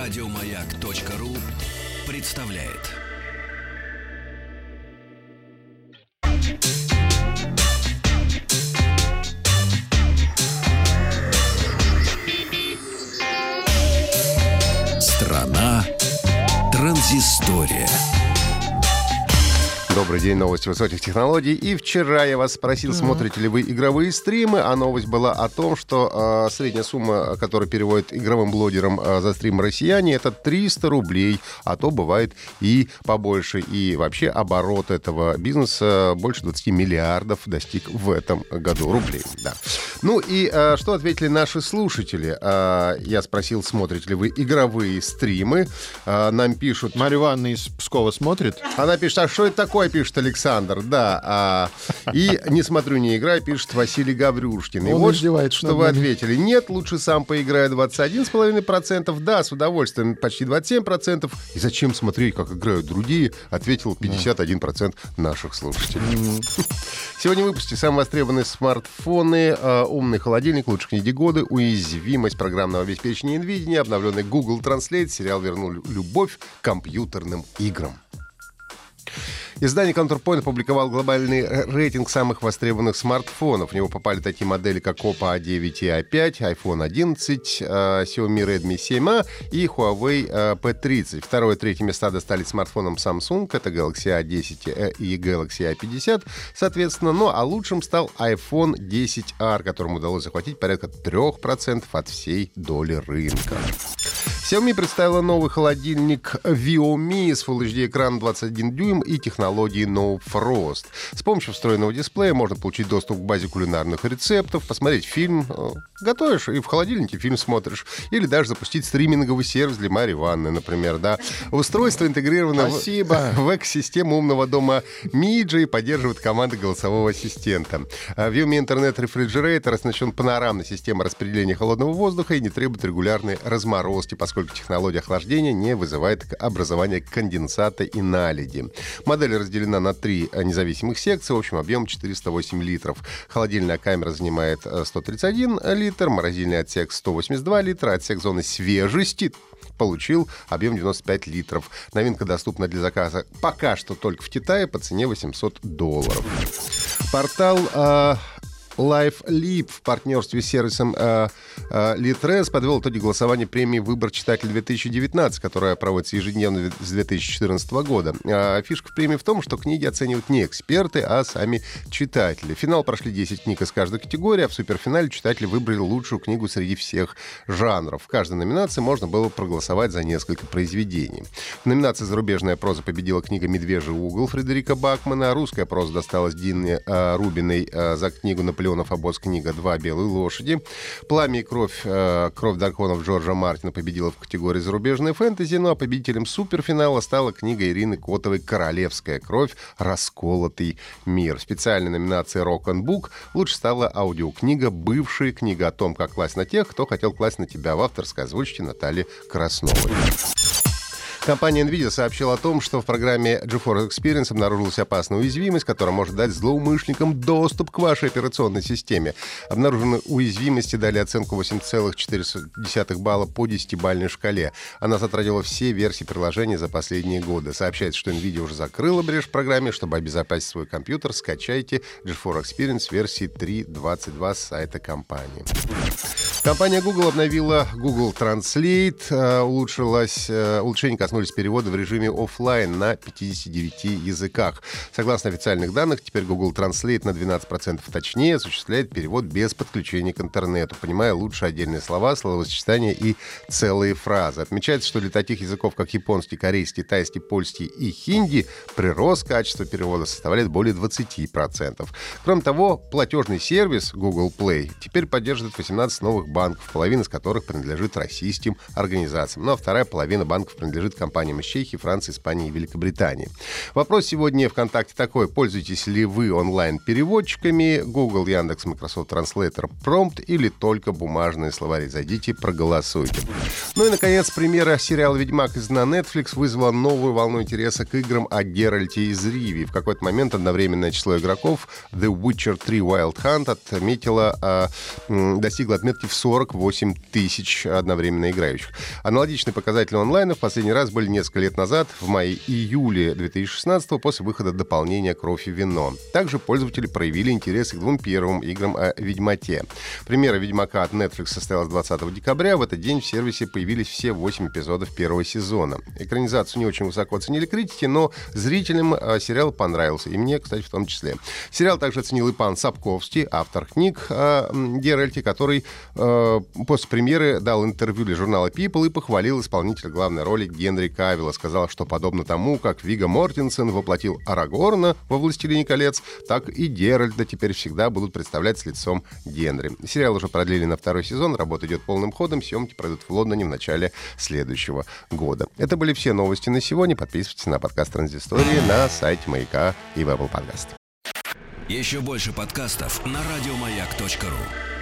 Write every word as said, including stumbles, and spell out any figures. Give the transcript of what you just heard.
Радиомаяк.ру представляет. Страна транзистория. Добрый день, новости высоких технологий. И вчера я вас спросил, смотрите ли вы игровые стримы, а новость была о том, что э, средняя сумма, которую переводят игровым блогерам э, за стрим россияне, это триста рублей, а то бывает и побольше. И вообще оборот этого бизнеса больше двадцать миллиардов достиг в этом году рублей. Да. Ну и э, что ответили наши слушатели? Э, я спросил, смотрите ли вы игровые стримы. Э, нам пишут... Марья Ивановна из Пскова смотрит. Она пишет, а что это такое? Пишет Александр, да. А, и «Не смотрю, не играю», пишет Василий Гаврюшкин. И Он вот издевается что над вы нами. ответили. Нет, лучше сам поиграю, двадцать один целых пять десятых процента. Да, с удовольствием, почти двадцать семь процентов. И зачем смотреть, как играют другие, ответил пятьдесят один процент наших слушателей. Сегодня в выпуске самые востребованные смартфоны, э, умный холодильник, лучшие книги года, уязвимость программного обеспечения NVIDIA, обновленный Google Translate, сериал вернул любовь к компьютерным играм. Издание Counterpoint опубликовало глобальный рейтинг самых востребованных смартфонов. В него попали такие модели, как Oppo а девять и а пять, iPhone одиннадцать, Xiaomi Redmi семь а и Huawei пи тридцать. Второе и третье места достались смартфонам Samsung. Это Galaxy а десять и Galaxy а пятьдесят, соответственно. Ну, а лучшим стал iPhone десять ар, которому удалось захватить порядка три процента от всей доли рынка. Xiaomi представила новый холодильник Viomi с Full эйч ди экраном двадцать один дюйм и технологией No Frost. С помощью встроенного дисплея можно получить доступ к базе кулинарных рецептов, посмотреть фильм, готовишь и в холодильнике фильм смотришь, или даже запустить стриминговый сервис для Марьи Ивановны, например, да. Устройство интегрировано в, в экосистему умного дома Miji и поддерживает команды голосового ассистента. Viomi Internet Refrigerator оснащен панорамной системой распределения холодного воздуха и не требует регулярной разморозки, поскольку технология охлаждения не вызывает образования конденсата и наледи. Модель разделена на три независимых секции, в общем объем четыреста восемь литров. Холодильная камера занимает сто тридцать один литр, морозильный отсек сто восемьдесят два литра, отсек зоны свежести получил объем девяносто пять литров. Новинка доступна для заказа пока что только в Китае по цене восемьсот долларов. Портал... Э- LiveLib в партнерстве с сервисом э, э, Litres подвел итоги голосования премии «Выбор читателя две тысячи девятнадцать», которая проводится ежедневно с две тысячи четырнадцатого года. А фишка в премии в том, что книги оценивают не эксперты, а сами читатели. В финал прошли десять книг из каждой категории, а в суперфинале читатели выбрали лучшую книгу среди всех жанров. В каждой номинации можно было проголосовать за несколько произведений. В номинации «Зарубежная проза» победила книга «Медвежий угол» Фредерика Бакмана, русская проза досталась Дине э, Рубиной э, за книгу «Наполеон Обоз. Книга «Два белые лошади». «Пламя и кровь», э, «Кровь драконов» Джорджа Мартина победила в категории «Зарубежная фэнтези», ну а победителем суперфинала стала книга Ирины Котовой «Королевская кровь. Расколотый мир». В специальной номинации «Rock and Book» лучше стала аудиокнига «Бывшая книга о том, как класть на тех, кто хотел класть на тебя» в авторской озвучке Натальи Красновой. Компания NVIDIA сообщила о том, что в программе GeForce Experience обнаружилась опасная уязвимость, которая может дать злоумышленникам доступ к вашей операционной системе. Обнаруженные уязвимости дали оценку восемь целых четыре десятых балла по десятибалльной шкале. Она затронила все версии приложения за последние годы. Сообщается, что NVIDIA уже закрыла брешь в программе. Чтобы обезопасить свой компьютер, скачайте GeForce Experience версии три точка двадцать два с сайта компании. Компания Google обновила Google Translate, улучшилось, улучшение коснулись перевода в режиме офлайн на пятидесяти девяти языках. Согласно официальных данных, теперь Google Translate на двенадцать процентов точнее осуществляет перевод без подключения к интернету, понимая лучше отдельные слова, словосочетания и целые фразы. Отмечается, что для таких языков, как японский, корейский, тайский, польский и хинди, прирост качества перевода составляет более двадцать процентов. Кроме того, платежный сервис Google Play теперь поддерживает восемнадцать новых банков, половина из которых принадлежит российским организациям. Ну а вторая половина банков принадлежит компаниям из Чехии, Франции, Испании и Великобритании. Вопрос сегодня ВКонтакте такой. Пользуетесь ли вы онлайн-переводчиками Google, Яндекс, Microsoft Translator, Prompt или только бумажные словари? Зайдите, проголосуйте. Ну и, наконец, премьера сериала «Ведьмак» из на Netflix вызвала новую волну интереса к играм о Геральте из Ривии. В какой-то момент одновременное число игроков The Witcher три Wild Hunt отметило, э, достигло отметки в сорок восемь тысяч одновременно играющих. Аналогичные показатели онлайна в последний раз были несколько лет назад, в мае-июле две тысячи шестнадцатого, после выхода дополнения «Кровь и вино». Также пользователи проявили интерес к двум первым играм о Ведьмаке. Премьера «Ведьмака» от Netflix состоялась двадцатого декабря. В этот день в сервисе появились все восемь эпизодов первого сезона. Экранизацию не очень высоко оценили критики, но зрителям э, сериал понравился. И мне, кстати, в том числе. Сериал также оценил и пан Сапковский, автор книг о Геральте, который э, после премьеры дал интервью для журнала People и похвалил исполнителя главной роли Генри Кавилла. Сказал, что подобно тому, как Вигго Мортенсен воплотил Арагорна во «Властелине колец», так и Геральта теперь всегда будут представлять с лицом Генри. Сериал уже продлили на второй сезон, работа идет полным ходом, съемки пройдут в Лондоне в начале следующего года. Это были все новости на сегодня. Подписывайтесь на подкаст «Транзистория» на сайте Маяка и в Apple Podcast. Еще больше подкастов на радиомаяк точка ру.